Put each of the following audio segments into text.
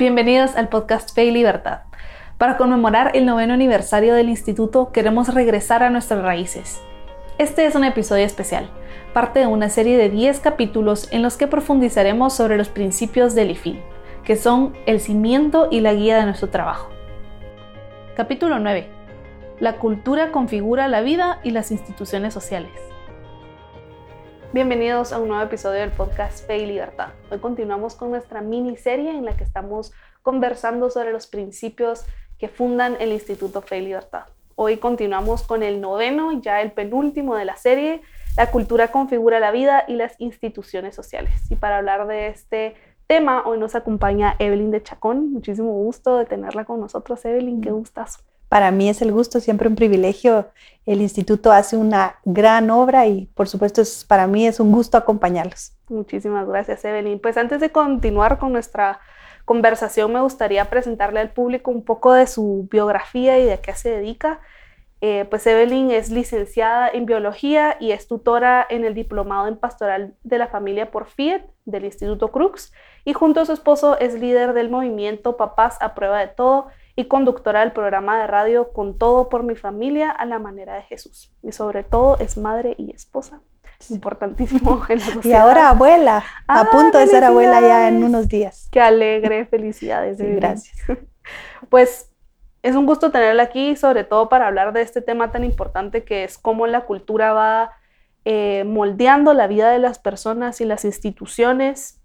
Bienvenidos al podcast Fe y Libertad. Para conmemorar el 9º aniversario del Instituto, queremos regresar a nuestras raíces. Este es un episodio especial, parte de una serie de 10 capítulos en los que profundizaremos sobre los principios del IFIL, que son el cimiento y la guía de nuestro trabajo. Capítulo 9. La cultura configura la vida y las instituciones sociales. Bienvenidos a un nuevo episodio del podcast Fe y Libertad. Hoy continuamos con nuestra miniserie en la que estamos conversando sobre los principios que fundan el Instituto Fe y Libertad. Hoy continuamos con el 9º, ya el penúltimo de la serie, La cultura configura la vida y las instituciones sociales. Y para hablar de este tema, hoy nos acompaña Evelyn de Chacón. Muchísimo gusto de tenerla con nosotros, Evelyn, qué gustazo. Para mí es el gusto, siempre un privilegio. El instituto hace una gran obra y por supuesto para mí es un gusto acompañarlos. Muchísimas gracias, Evelyn. Pues antes de continuar con nuestra conversación, me gustaría presentarle al público un poco de su biografía y de a qué se dedica. Pues Evelyn es licenciada en biología y es tutora en el diplomado en pastoral de la familia por FIET del Instituto Crux, y junto a su esposo es líder del movimiento Papás a Prueba de Todo y conductora del programa de radio Con Todo por mi Familia a la Manera de Jesús. Y sobre todo es madre y esposa. Importantísimo en la sociedad. Y ahora abuela, a punto de ser abuela ya en unos días. Qué alegre, felicidades. Sí, gracias. Pues es un gusto tenerla aquí, sobre todo para hablar de este tema tan importante que es cómo la cultura va moldeando la vida de las personas y las instituciones.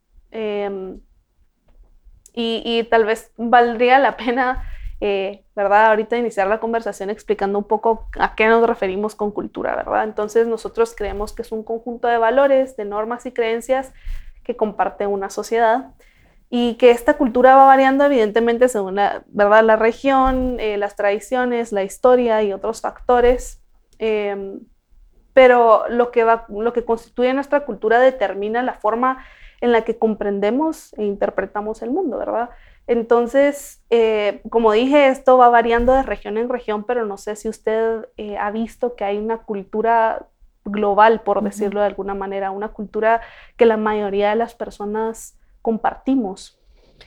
Y tal vez valdría la pena, ¿verdad? Ahorita iniciar la conversación explicando un poco a qué nos referimos con cultura, ¿verdad? Entonces nosotros creemos que es un conjunto de valores, de normas y creencias que comparte una sociedad y que esta cultura va variando evidentemente según ¿verdad? La región, las tradiciones, la historia y otros factores, pero lo que constituye nuestra cultura determina la forma en la que comprendemos e interpretamos el mundo, ¿verdad? Entonces, como dije, esto va variando de región en región, pero no sé si usted ha visto que hay una cultura global, por decirlo de alguna manera, una cultura que la mayoría de las personas compartimos.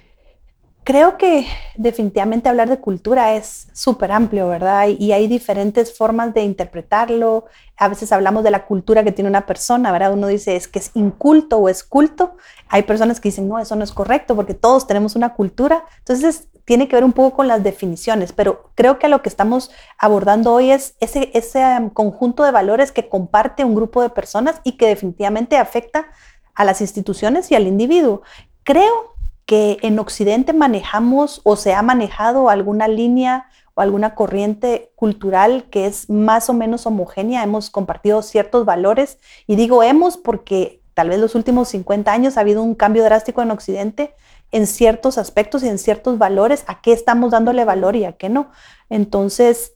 Creo que definitivamente hablar de cultura es súper amplio, ¿verdad? Y hay diferentes formas de interpretarlo. A veces hablamos de la cultura que tiene una persona, ¿verdad? Uno dice es que es inculto o es culto. Hay personas que dicen, no, eso no es correcto porque todos tenemos una cultura. Entonces, tiene que ver un poco con las definiciones, pero creo que lo que estamos abordando hoy es ese conjunto de valores que comparte un grupo de personas y que definitivamente afecta a las instituciones y al individuo. Creo que en Occidente manejamos o se ha manejado alguna línea o alguna corriente cultural que es más o menos homogénea. Hemos compartido ciertos valores y digo hemos porque tal vez los últimos 50 años ha habido un cambio drástico en Occidente en ciertos aspectos y en ciertos valores, a qué estamos dándole valor y a qué no. Entonces,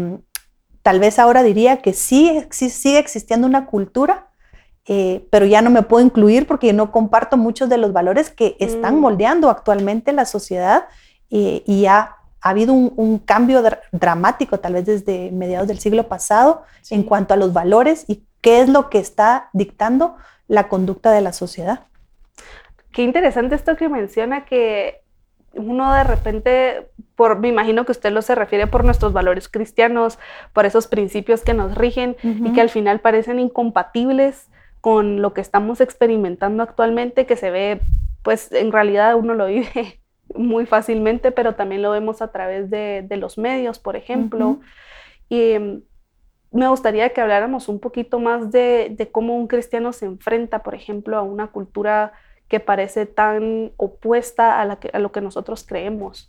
tal vez ahora diría que sí sigue existiendo una cultura, pero ya no me puedo incluir porque no comparto muchos de los valores que están moldeando actualmente la sociedad y ha habido un cambio dramático tal vez desde mediados del siglo pasado en cuanto a los valores y qué es lo que está dictando la conducta de la sociedad. Qué interesante esto que menciona, que uno de repente, me imagino que usted se refiere por nuestros valores cristianos, por esos principios que nos rigen y que al final parecen incompatibles con lo que estamos experimentando actualmente, que se ve, pues en realidad uno lo vive muy fácilmente, pero también lo vemos a través de los medios, por ejemplo. Y me gustaría que habláramos un poquito más de cómo un cristiano se enfrenta, por ejemplo, a una cultura que parece tan opuesta a lo que nosotros creemos.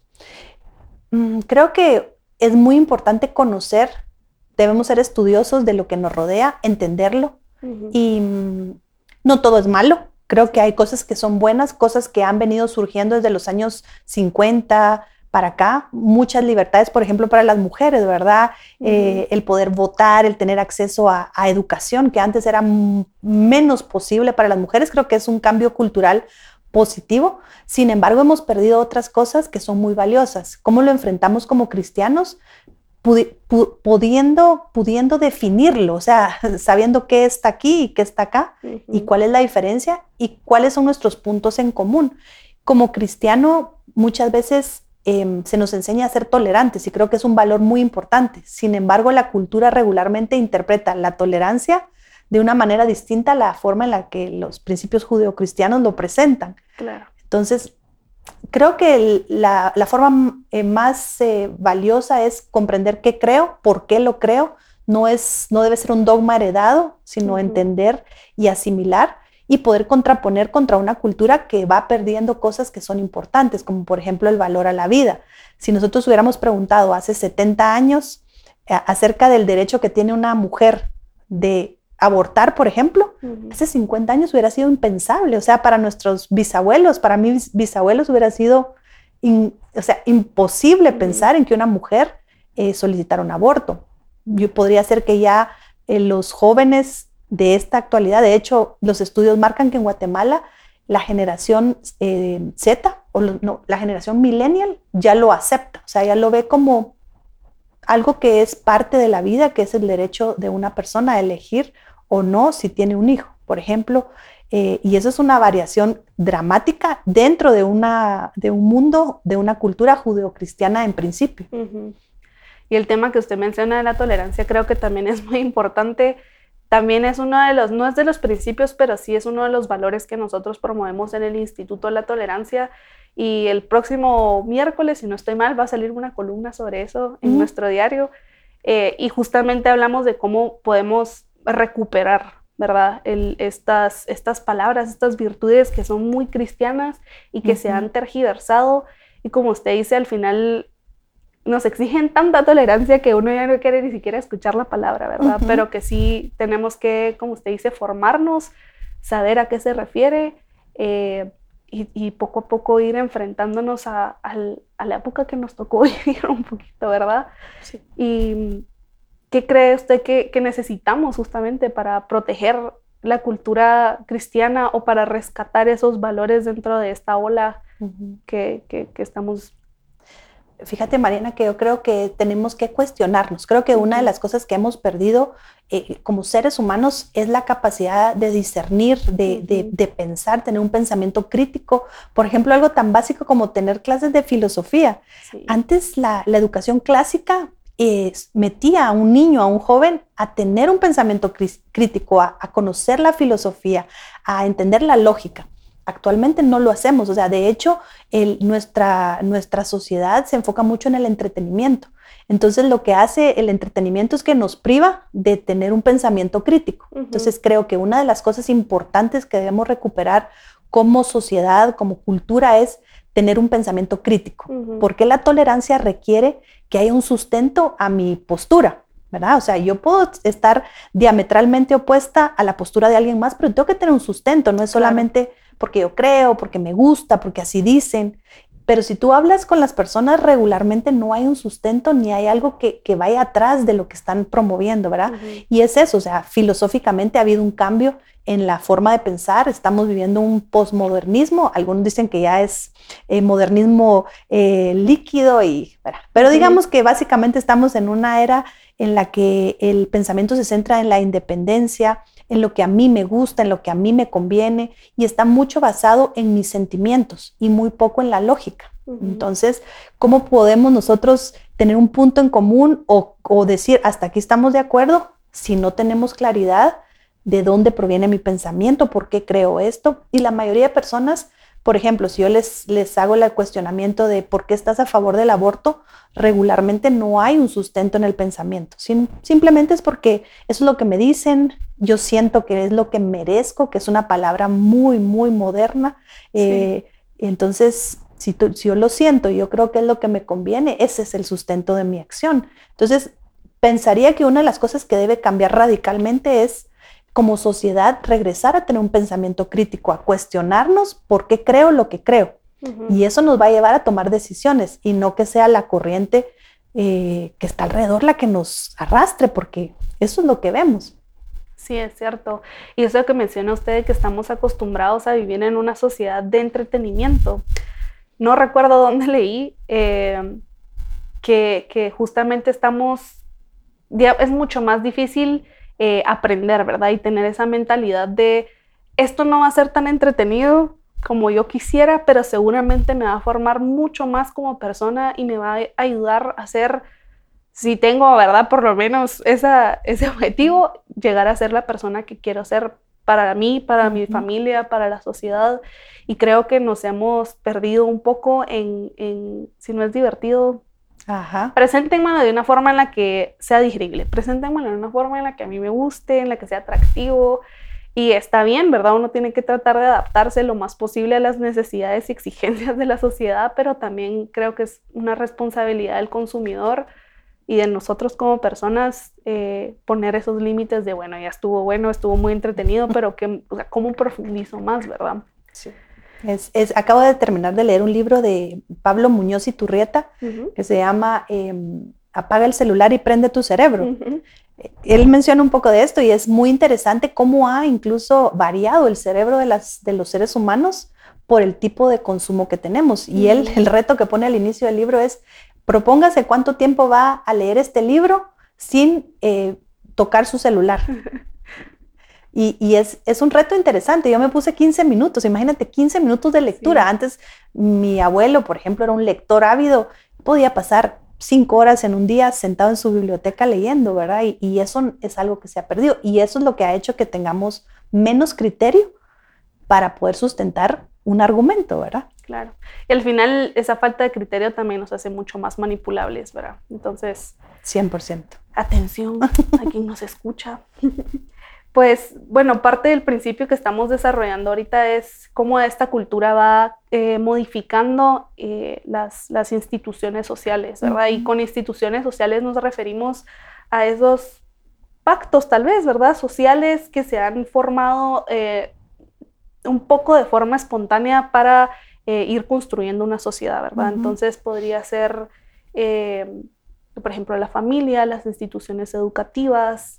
Creo que es muy importante conocer, debemos ser estudiosos de lo que nos rodea, entenderlo. Y no todo es malo. Creo que hay cosas que son buenas, cosas que han venido surgiendo desde los años 50 para acá. Muchas libertades, por ejemplo, para las mujeres, ¿verdad? El poder votar, el tener acceso a educación, que antes era menos posible para las mujeres. Creo que es un cambio cultural positivo. Sin embargo, hemos perdido otras cosas que son muy valiosas. ¿Cómo lo enfrentamos como cristianos? Pudiendo definirlo, o sea, sabiendo qué está aquí y qué está acá, y cuál es la diferencia y cuáles son nuestros puntos en común. como cristiano muchas veces se nos enseña a ser tolerantes y creo que es un valor muy importante. Sin embargo, la cultura regularmente interpreta la tolerancia de una manera distinta a la forma en la que los principios judeocristianos lo presentan. Claro. Entonces, creo que la forma más valiosa es comprender qué creo, por qué lo creo. No debe ser un dogma heredado, sino entender y asimilar y poder contraponer contra una cultura que va perdiendo cosas que son importantes, como por ejemplo el valor a la vida. Si nosotros hubiéramos preguntado hace 70 años acerca del derecho que tiene una mujer de abortar, por ejemplo, hace 50 años hubiera sido impensable. O sea, para nuestros bisabuelos, para mis bisabuelos hubiera sido imposible pensar en que una mujer solicitara un aborto. Podría ser que ya los jóvenes de esta actualidad, de hecho, los estudios marcan que en Guatemala la generación Z, la generación millennial ya lo acepta, o sea, ya lo ve como algo que es parte de la vida, que es el derecho de una persona a elegir o no si tiene un hijo, por ejemplo, y eso es una variación dramática dentro de un mundo, de una cultura judeocristiana en principio. Y el tema que usted menciona de la tolerancia creo que también es muy importante. También es uno de los, no es de los principios, pero sí es uno de los valores que nosotros promovemos en el Instituto de la Tolerancia. Y el próximo miércoles, si no estoy mal, va a salir una columna sobre eso en nuestro diario. Y justamente hablamos de cómo podemos recuperar, ¿verdad? Estas palabras, estas virtudes que son muy cristianas y que se han tergiversado. Y como usted dice, al final nos exigen tanta tolerancia que uno ya no quiere ni siquiera escuchar la palabra, ¿verdad? Pero que sí tenemos que, como usted dice, formarnos, saber a qué se refiere y poco a poco ir enfrentándonos a la época que nos tocó vivir un poquito, ¿verdad? Sí. ¿Y qué cree usted que necesitamos justamente para proteger la cultura cristiana o para rescatar esos valores dentro de esta ola que estamos? Fíjate, Mariana, que yo creo que tenemos que cuestionarnos. Creo que una de las cosas que hemos perdido como seres humanos es la capacidad de discernir, de pensar, tener un pensamiento crítico. Por ejemplo, algo tan básico como tener clases de filosofía. Sí. Antes la educación clásica metía a un niño, a un joven, a tener un pensamiento crítico, a conocer la filosofía, a entender la lógica. Actualmente no lo hacemos, o sea, de hecho, nuestra sociedad se enfoca mucho en el entretenimiento. Entonces, lo que hace el entretenimiento es que nos priva de tener un pensamiento crítico. Entonces, creo que una de las cosas importantes que debemos recuperar como sociedad, como cultura, es tener un pensamiento crítico, porque la tolerancia requiere que haya un sustento a mi postura, ¿verdad? O sea, yo puedo estar diametralmente opuesta a la postura de alguien más, pero tengo que tener un sustento, no es solamente porque yo creo, porque me gusta, porque así dicen. Pero si tú hablas con las personas regularmente, no hay un sustento ni hay algo que vaya atrás de lo que están promoviendo, ¿verdad? Y es eso, o sea, filosóficamente ha habido un cambio en la forma de pensar. Estamos viviendo un posmodernismo. Algunos dicen que ya es modernismo líquido, pero digamos que básicamente estamos en una era en la que el pensamiento se centra en la independencia, en lo que a mí me gusta, en lo que a mí me conviene, y está mucho basado en mis sentimientos y muy poco en la lógica. Entonces, ¿cómo podemos nosotros tener un punto en común o decir hasta aquí estamos de acuerdo si no tenemos claridad de dónde proviene mi pensamiento, por qué creo esto? Y la mayoría de personas, por ejemplo, si yo les hago el cuestionamiento de por qué estás a favor del aborto, regularmente no hay un sustento en el pensamiento. Simplemente es porque eso es lo que me dicen, yo siento que es lo que merezco, que es una palabra muy, muy moderna. Entonces, si yo lo siento, yo creo que es lo que me conviene, ese es el sustento de mi acción. Entonces, pensaría que una de las cosas que debe cambiar radicalmente es, como sociedad, regresar a tener un pensamiento crítico, a cuestionarnos por qué creo lo que creo. Y eso nos va a llevar a tomar decisiones y no que sea la corriente que está alrededor la que nos arrastre, porque eso es lo que vemos. Sí, es cierto. Y eso que menciona usted, que estamos acostumbrados a vivir en una sociedad de entretenimiento. No recuerdo dónde leí que justamente es mucho más difícil aprender, ¿verdad? Y tener esa mentalidad de esto no va a ser tan entretenido como yo quisiera, pero seguramente me va a formar mucho más como persona y me va a ayudar a ser, si tengo, ¿verdad? Por lo menos ese objetivo, llegar a ser la persona que quiero ser para mí, para mi familia, para la sociedad. Y creo que nos hemos perdido un poco en si no es divertido, preséntenmelo de una forma en la que sea digerible, preséntenmelo de una forma en la que a mí me guste, en la que sea atractivo. Y está bien, ¿verdad? Uno tiene que tratar de adaptarse lo más posible a las necesidades y exigencias de la sociedad, pero también creo que es una responsabilidad del consumidor y de nosotros como personas poner esos límites de, bueno, ya estuvo bueno, estuvo muy entretenido, pero o sea, ¿cómo profundizo más, verdad? Sí. Acabo de terminar de leer un libro de Pablo Muñoz Iturrieta que se llama Apaga el celular y prende tu cerebro. Él menciona un poco de esto y es muy interesante cómo ha incluso variado el cerebro de los seres humanos por el tipo de consumo que tenemos. Y el reto que pone al inicio del libro es: propóngase cuánto tiempo va a leer este libro sin tocar su celular. Y es un reto interesante. Yo me puse 15 minutos, imagínate, 15 minutos de lectura. Sí. Antes mi abuelo, por ejemplo, era un lector ávido, podía pasar 5 horas en un día sentado en su biblioteca leyendo, ¿verdad? Y eso es algo que se ha perdido. Y eso es lo que ha hecho que tengamos menos criterio para poder sustentar un argumento, ¿verdad? Claro. Y al final esa falta de criterio también nos hace mucho más manipulables, ¿verdad? Entonces... 100%. Atención a quien nos escucha. Pues, bueno, parte del principio que estamos desarrollando ahorita es cómo esta cultura va modificando las instituciones sociales, ¿verdad? Y con instituciones sociales nos referimos a esos pactos, tal vez, ¿verdad? Sociales que se han formado un poco de forma espontánea para ir construyendo una sociedad, ¿verdad? Entonces podría ser, por ejemplo, la familia, las instituciones educativas.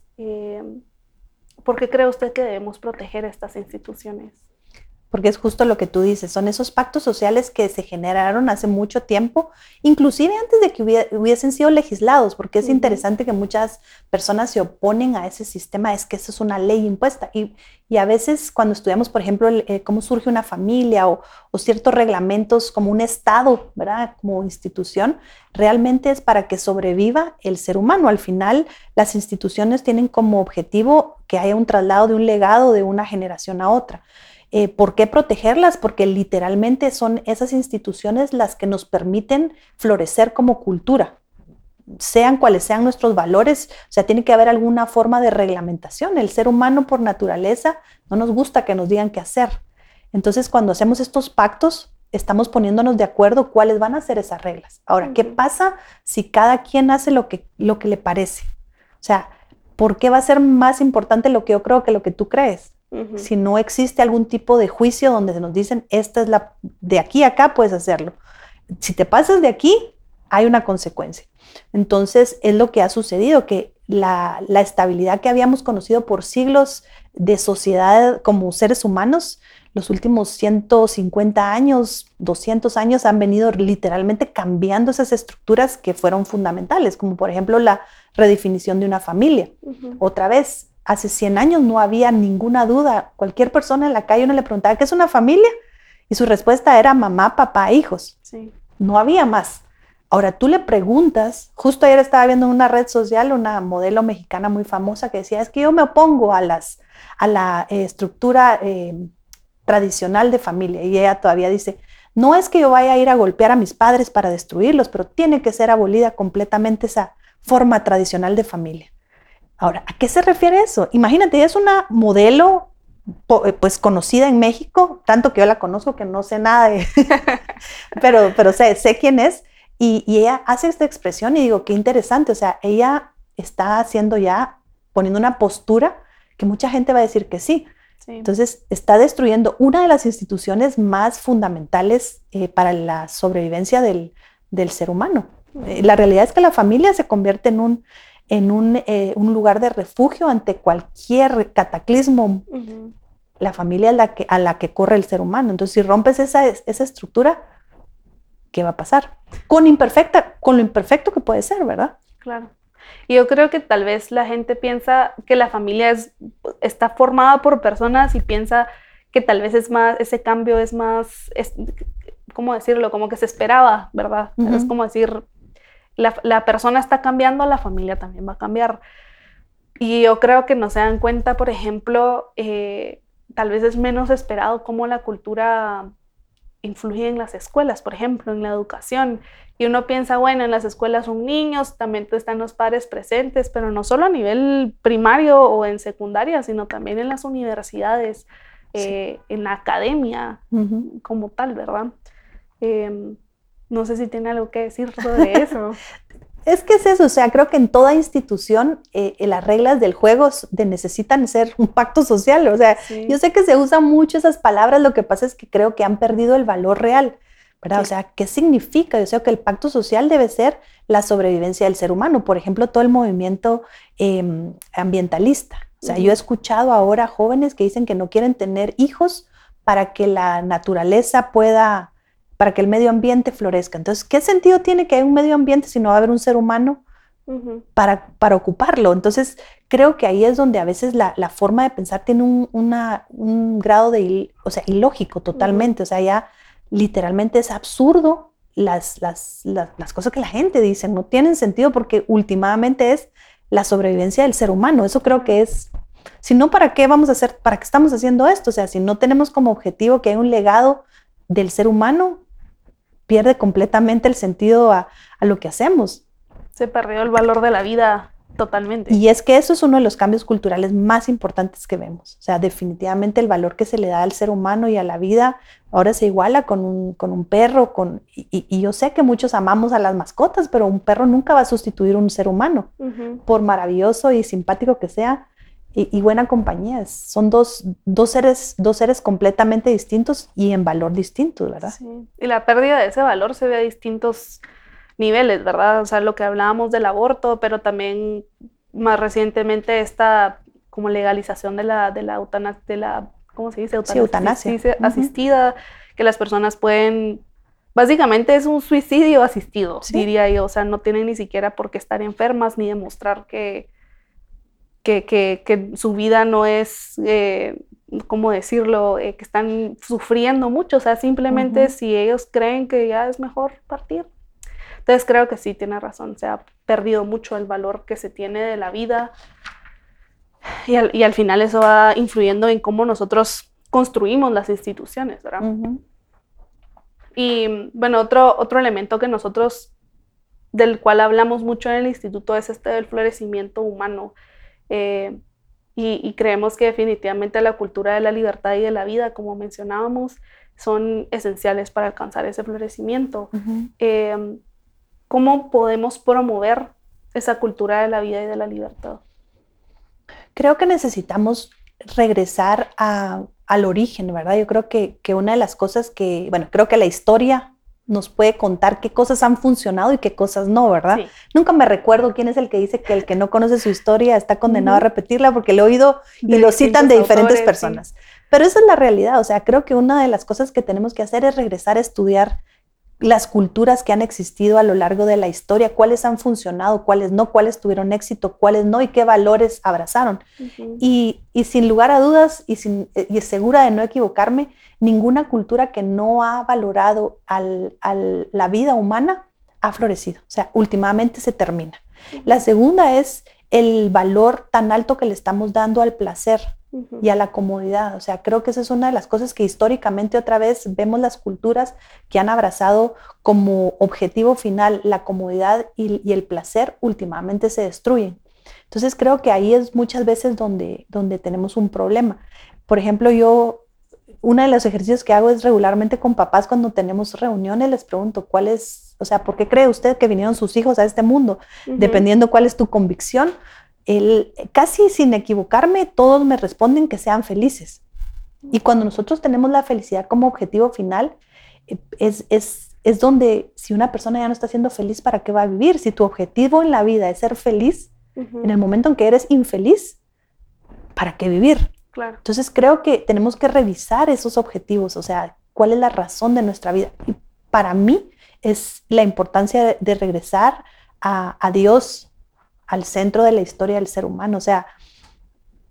¿Por qué cree usted que debemos proteger estas instituciones? Porque es justo lo que tú dices, son esos pactos sociales que se generaron hace mucho tiempo, inclusive antes de que hubiesen sido legislados, porque es interesante que muchas personas se oponen a ese sistema, es que eso es una ley impuesta. Y a veces cuando estudiamos, por ejemplo, cómo surge una familia o ciertos reglamentos como un Estado, ¿verdad? Como institución, realmente es para que sobreviva el ser humano. Al final, las instituciones tienen como objetivo que haya un traslado de un legado de una generación a otra. ¿Por qué protegerlas? Porque literalmente son esas instituciones las que nos permiten florecer como cultura, sean cuales sean nuestros valores. O sea, tiene que haber alguna forma de reglamentación. El ser humano por naturaleza no nos gusta que nos digan qué hacer. Entonces, cuando hacemos estos pactos, estamos poniéndonos de acuerdo cuáles van a ser esas reglas. Ahora, ¿qué pasa si cada quien hace lo que le parece? O sea, ¿por qué va a ser más importante lo que yo creo que lo que tú crees? Si no existe algún tipo de juicio donde se nos dicen, esta es de aquí a acá puedes hacerlo. Si te pasas de aquí, hay una consecuencia. Entonces, es lo que ha sucedido, que la estabilidad que habíamos conocido por siglos de sociedad como seres humanos, los últimos 150 años, 200 años han venido literalmente cambiando esas estructuras que fueron fundamentales, como por ejemplo la redefinición de una familia. Otra vez, hace 100 años no había ninguna duda. Cualquier persona en la calle uno le preguntaba, ¿qué es una familia? Y su respuesta era mamá, papá, hijos. Sí. No había más. Ahora tú le preguntas, justo ayer estaba viendo en una red social una modelo mexicana muy famosa que decía, es que yo me opongo a la estructura tradicional de familia. Y ella todavía dice, no es que yo vaya a ir a golpear a mis padres para destruirlos, pero tiene que ser abolida completamente esa forma tradicional de familia. Ahora, ¿a qué se refiere eso? Imagínate, es una modelo pues conocida en México, tanto que yo la conozco que no sé nada de pero sé quién es, y ella hace esta expresión y digo, qué interesante, o sea, ella está haciendo ya, poniendo una postura que mucha gente va a decir que sí. Entonces, está destruyendo una de las instituciones más fundamentales para la sobrevivencia del ser humano. La realidad es que la familia se convierte en un lugar de refugio ante cualquier cataclismo. La familia es a la que corre el ser humano. Entonces, si rompes esa estructura, ¿qué va a pasar? Con lo imperfecto que puede ser, ¿verdad? Claro. Y yo creo que tal vez la gente piensa que la familia está formada por personas y piensa que tal vez es más, ese cambio es más, ¿cómo decirlo? Como que se esperaba, ¿verdad? Es como decir, la persona está cambiando, la familia también va a cambiar. Y yo creo que no se dan cuenta, por ejemplo, tal vez es menos esperado cómo la cultura influye en las escuelas, por ejemplo, en la educación. Y uno piensa, bueno, en las escuelas son niños, también están los padres presentes, pero no solo a nivel primario o en secundaria, sino también en las universidades, en la academia como tal, ¿verdad? No sé si tiene algo que decir sobre eso. Es que es eso, o sea, creo que en toda institución las reglas del juego necesitan ser un pacto social, o sea, sí. Yo sé que se usan mucho esas palabras, lo que pasa es que creo que han perdido el valor real, ¿verdad? Sí. O sea, ¿qué significa? Yo sé que el pacto social debe ser la sobrevivencia del ser humano, por ejemplo, todo el movimiento ambientalista. O sea, yo he escuchado ahora jóvenes que dicen que no quieren tener hijos para que la naturaleza pueda, para que el medio ambiente florezca. Entonces, ¿qué sentido tiene que haya un medio ambiente si no va a haber un ser humano para ocuparlo? Entonces, creo que ahí es donde a veces la forma de pensar tiene un grado de, o sea, ilógico totalmente. O sea, ya literalmente es absurdo las cosas que la gente dice. No tienen sentido porque últimamente es la sobrevivencia del ser humano. Eso creo que es... Si no, ¿para qué vamos a hacer? ¿Para qué estamos haciendo esto? O sea, si no tenemos como objetivo que hay un legado del ser humano, pierde completamente el sentido a lo que hacemos. Se perdió el valor de la vida totalmente. Y es que eso es uno de los cambios culturales más importantes que vemos. O sea, definitivamente el valor que se le da al ser humano y a la vida ahora se iguala con un perro. Y yo sé que muchos amamos a las mascotas, pero un perro nunca va a sustituir a un ser humano, por maravilloso y simpático que sea. Y buena compañía. Son dos seres completamente distintos y en valor distintos, ¿verdad? Sí. Y la pérdida de ese valor se ve a distintos niveles, ¿verdad? O sea, lo que hablábamos del aborto, pero también más recientemente esta como legalización de la eutanasia, ¿cómo se dice? Eutanasia. Sí, asistida, que las personas pueden... Básicamente es un suicidio asistido, diría yo. O sea, no tienen ni siquiera por qué estar enfermas ni demostrar que su vida no es, ¿cómo decirlo?, que están sufriendo mucho. O sea, simplemente si ellos creen que ya es mejor partir. Entonces creo que sí, tiene razón. Se ha perdido mucho el valor que se tiene de la vida y al final eso va influyendo en cómo nosotros construimos las instituciones, ¿verdad? Y bueno, otro elemento que nosotros, del cual hablamos mucho en el instituto, es este del florecimiento humano. Y creemos que definitivamente la cultura de la libertad y de la vida, como mencionábamos, son esenciales para alcanzar ese florecimiento. ¿Cómo podemos promover esa cultura de la vida y de la libertad? Creo que necesitamos regresar al origen, ¿verdad? Yo creo que una de las cosas creo que la historia nos puede contar qué cosas han funcionado y qué cosas no, ¿verdad? Sí. Nunca me recuerdo quién es el que dice que el que no conoce su historia está condenado a repetirla, porque lo he oído y lo citan de diferentes personas. Sí. Pero esa es la realidad. O sea, creo que una de las cosas que tenemos que hacer es regresar a estudiar las culturas que han existido a lo largo de la historia, cuáles han funcionado, cuáles no, cuáles tuvieron éxito, cuáles no y qué valores abrazaron. Y sin lugar a dudas y segura de no equivocarme, ninguna cultura que no ha valorado la vida humana ha florecido. O sea, últimamente se termina. La segunda es el valor tan alto que le estamos dando al placer y a la comodidad. O sea, creo que esa es una de las cosas que históricamente otra vez vemos las culturas que han abrazado como objetivo final la comodidad y el placer, últimamente se destruyen. Entonces creo que ahí es muchas veces donde tenemos un problema. Por ejemplo, uno de los ejercicios que hago es regularmente con papás cuando tenemos reuniones, les pregunto ¿por qué cree usted que vinieron sus hijos a este mundo? Dependiendo cuál es tu convicción, casi sin equivocarme, todos me responden que sean felices. Y cuando nosotros tenemos la felicidad como objetivo final, es donde si una persona ya no está siendo feliz, ¿para qué va a vivir? Si tu objetivo en la vida es ser feliz, en el momento en que eres infeliz, ¿para qué vivir? Claro. Entonces creo que tenemos que revisar esos objetivos, o sea, ¿cuál es la razón de nuestra vida? Y para mí es la importancia de regresar a Dios, al centro de la historia del ser humano. O sea,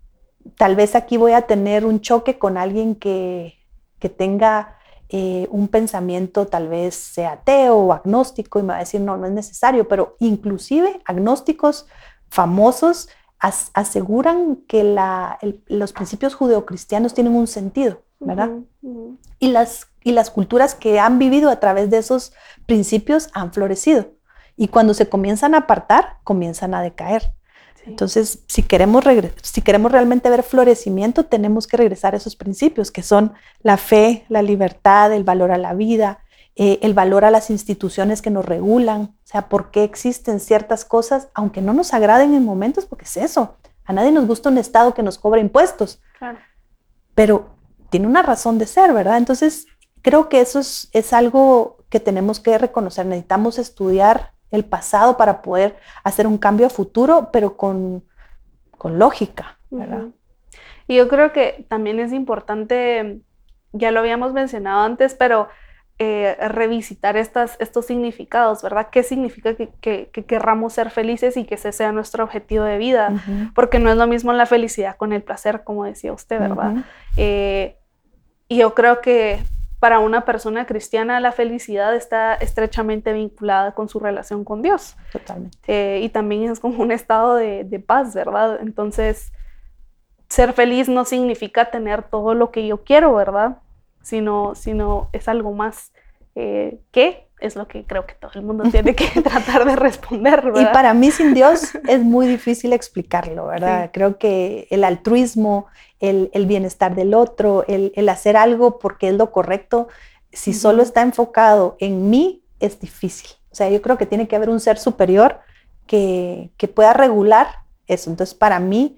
tal vez aquí voy a tener un choque con alguien que tenga un pensamiento tal vez sea ateo o agnóstico y me va a decir, no, no es necesario, pero inclusive agnósticos famosos aseguran que los principios judeocristianos tienen un sentido, ¿verdad? Y las culturas que han vivido a través de esos principios han florecido. Y cuando se comienzan a apartar, comienzan a decaer. Sí. Entonces, si queremos realmente ver florecimiento, tenemos que regresar a esos principios, que son la fe, la libertad, el valor a la vida, el valor a las instituciones que nos regulan. O sea, ¿por qué existen ciertas cosas, aunque no nos agraden en momentos? Porque es eso. A nadie nos gusta un Estado que nos cobra impuestos. Claro. Pero tiene una razón de ser, ¿verdad? Entonces, creo que eso es algo que tenemos que reconocer. Necesitamos estudiar el pasado para poder hacer un cambio a futuro, pero con lógica, ¿verdad? Y yo creo que también es importante, ya lo habíamos mencionado antes, pero revisitar estos significados, ¿verdad? ¿Qué significa que querramos ser felices y que ese sea nuestro objetivo de vida? Porque no es lo mismo la felicidad con el placer, como decía usted, ¿verdad? Y yo creo que para una persona cristiana la felicidad está estrechamente vinculada con su relación con Dios. Totalmente. Y también es como un estado de paz, ¿verdad? Entonces, ser feliz no significa tener todo lo que yo quiero, ¿verdad? Sino es algo más que es lo que creo que todo el mundo tiene que tratar de responder, ¿verdad? Y para mí sin Dios es muy difícil explicarlo, ¿verdad? Sí. Creo que el altruismo, el bienestar del otro, el hacer algo porque es lo correcto, si solo está enfocado en mí, es difícil. O sea, yo creo que tiene que haber un ser superior que pueda regular eso. Entonces, para mí,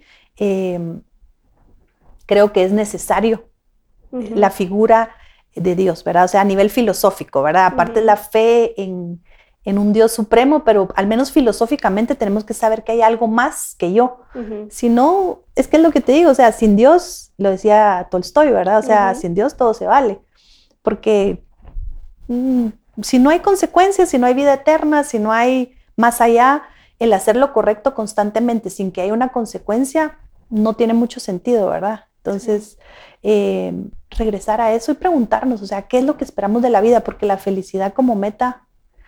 creo que es necesario la figura de Dios, ¿verdad? O sea, a nivel filosófico, ¿verdad? Aparte la fe en un Dios supremo, pero al menos filosóficamente tenemos que saber que hay algo más que yo. Si no, es que es lo que te digo, o sea, sin Dios, lo decía Tolstoy, ¿verdad? O sea, sin Dios todo se vale. Porque si no hay consecuencias, si no hay vida eterna, si no hay más allá, el hacer lo correcto constantemente sin que haya una consecuencia no tiene mucho sentido, ¿verdad? Entonces, regresar a eso y preguntarnos, o sea, ¿qué es lo que esperamos de la vida? Porque la felicidad como meta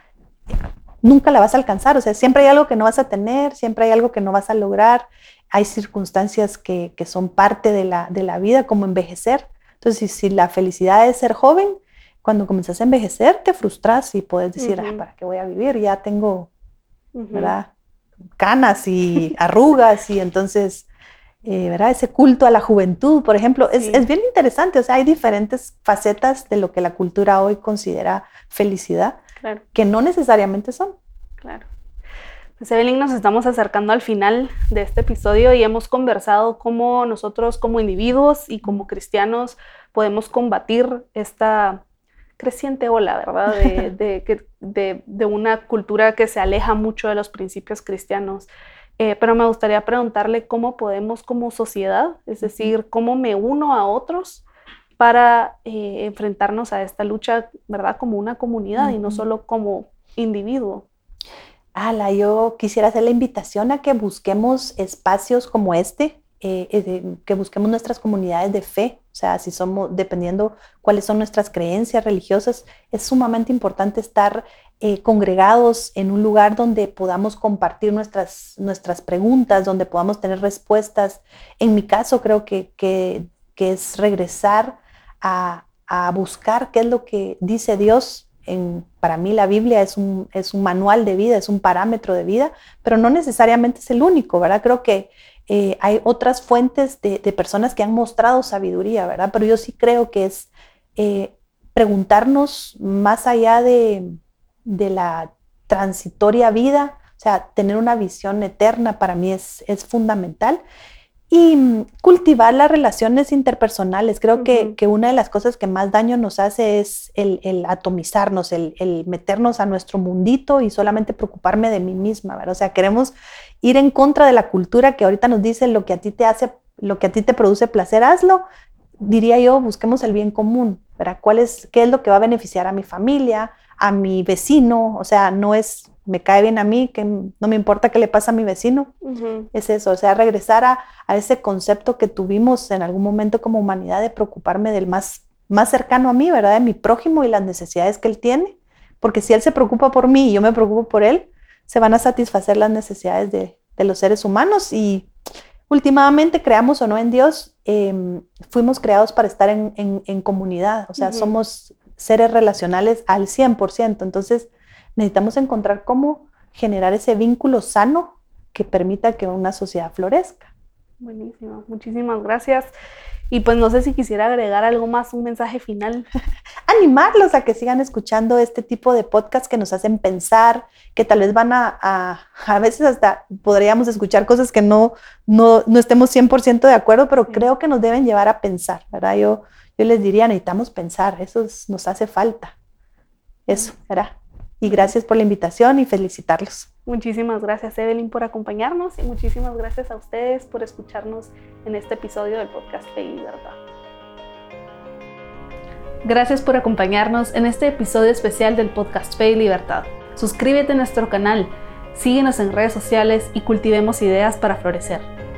nunca la vas a alcanzar, o sea, siempre hay algo que no vas a tener, siempre hay algo que no vas a lograr, hay circunstancias que son parte de la vida, como envejecer. Entonces, si la felicidad es ser joven, cuando comienzas a envejecer te frustras y puedes decir, ¿para qué voy a vivir? Ya tengo, ¿verdad? Canas y arrugas y entonces... ¿verdad? Ese culto a la juventud, por ejemplo, es bien interesante. O sea, hay diferentes facetas de lo que la cultura hoy considera felicidad, claro, que no necesariamente son. Claro. Pues Evelyn, nos estamos acercando al final de este episodio y hemos conversado cómo nosotros como individuos y como cristianos podemos combatir esta creciente ola, ¿verdad? De una cultura que se aleja mucho de los principios cristianos. Pero me gustaría preguntarle cómo podemos como sociedad, es decir, cómo me uno a otros para enfrentarnos a esta lucha, ¿verdad? Como una comunidad y no solo como individuo. Yo quisiera hacer la invitación a que busquemos espacios como este, que busquemos nuestras comunidades de fe. O sea, si somos, dependiendo cuáles son nuestras creencias religiosas, es sumamente importante estar congregados en un lugar donde podamos compartir nuestras preguntas, donde podamos tener respuestas. En mi caso, creo que es regresar a buscar qué es lo que dice Dios. Para mí la Biblia es un manual de vida, es un parámetro de vida, pero no necesariamente es el único, ¿verdad? Creo que hay otras fuentes de personas que han mostrado sabiduría, ¿verdad? Pero yo sí creo que es preguntarnos más allá de la transitoria vida, o sea, tener una visión eterna para mí es fundamental. Y cultivar las relaciones interpersonales. Creo que una de las cosas que más daño nos hace es el atomizarnos, el meternos a nuestro mundito y solamente preocuparme de mí misma, ¿verdad? O sea, queremos ir en contra de la cultura que ahorita nos dice lo que a ti te produce placer, hazlo. Diría yo, busquemos el bien común, ¿verdad? ¿Qué es lo que va a beneficiar a mi familia, a mi vecino? O sea, no es me cae bien a mí, que no me importa qué le pasa a mi vecino. Es eso, o sea, regresar a ese concepto que tuvimos en algún momento como humanidad de preocuparme del más cercano a mí, ¿verdad? De mi prójimo y las necesidades que él tiene. Porque si él se preocupa por mí y yo me preocupo por él, se van a satisfacer las necesidades de los seres humanos. Y últimamente, creamos o no en Dios, fuimos creados para estar en comunidad. O sea, somos seres relacionales al 100%. Entonces, necesitamos encontrar cómo generar ese vínculo sano que permita que una sociedad florezca. Buenísimo, muchísimas gracias. Y pues no sé si quisiera agregar algo más, un mensaje final. Animarlos a que sigan escuchando este tipo de podcasts que nos hacen pensar, que tal vez van a veces hasta podríamos escuchar cosas que no estemos 100% de acuerdo, pero creo que nos deben llevar a pensar, ¿verdad? Yo les diría, necesitamos pensar, eso nos hace falta. Eso, ¿verdad? Y gracias por la invitación y felicitarlos. Muchísimas gracias, Evelyn, por acompañarnos y muchísimas gracias a ustedes por escucharnos en este episodio del podcast Fe y Libertad. Gracias por acompañarnos en este episodio especial del podcast Fe y Libertad. Suscríbete a nuestro canal, síguenos en redes sociales y cultivemos ideas para florecer.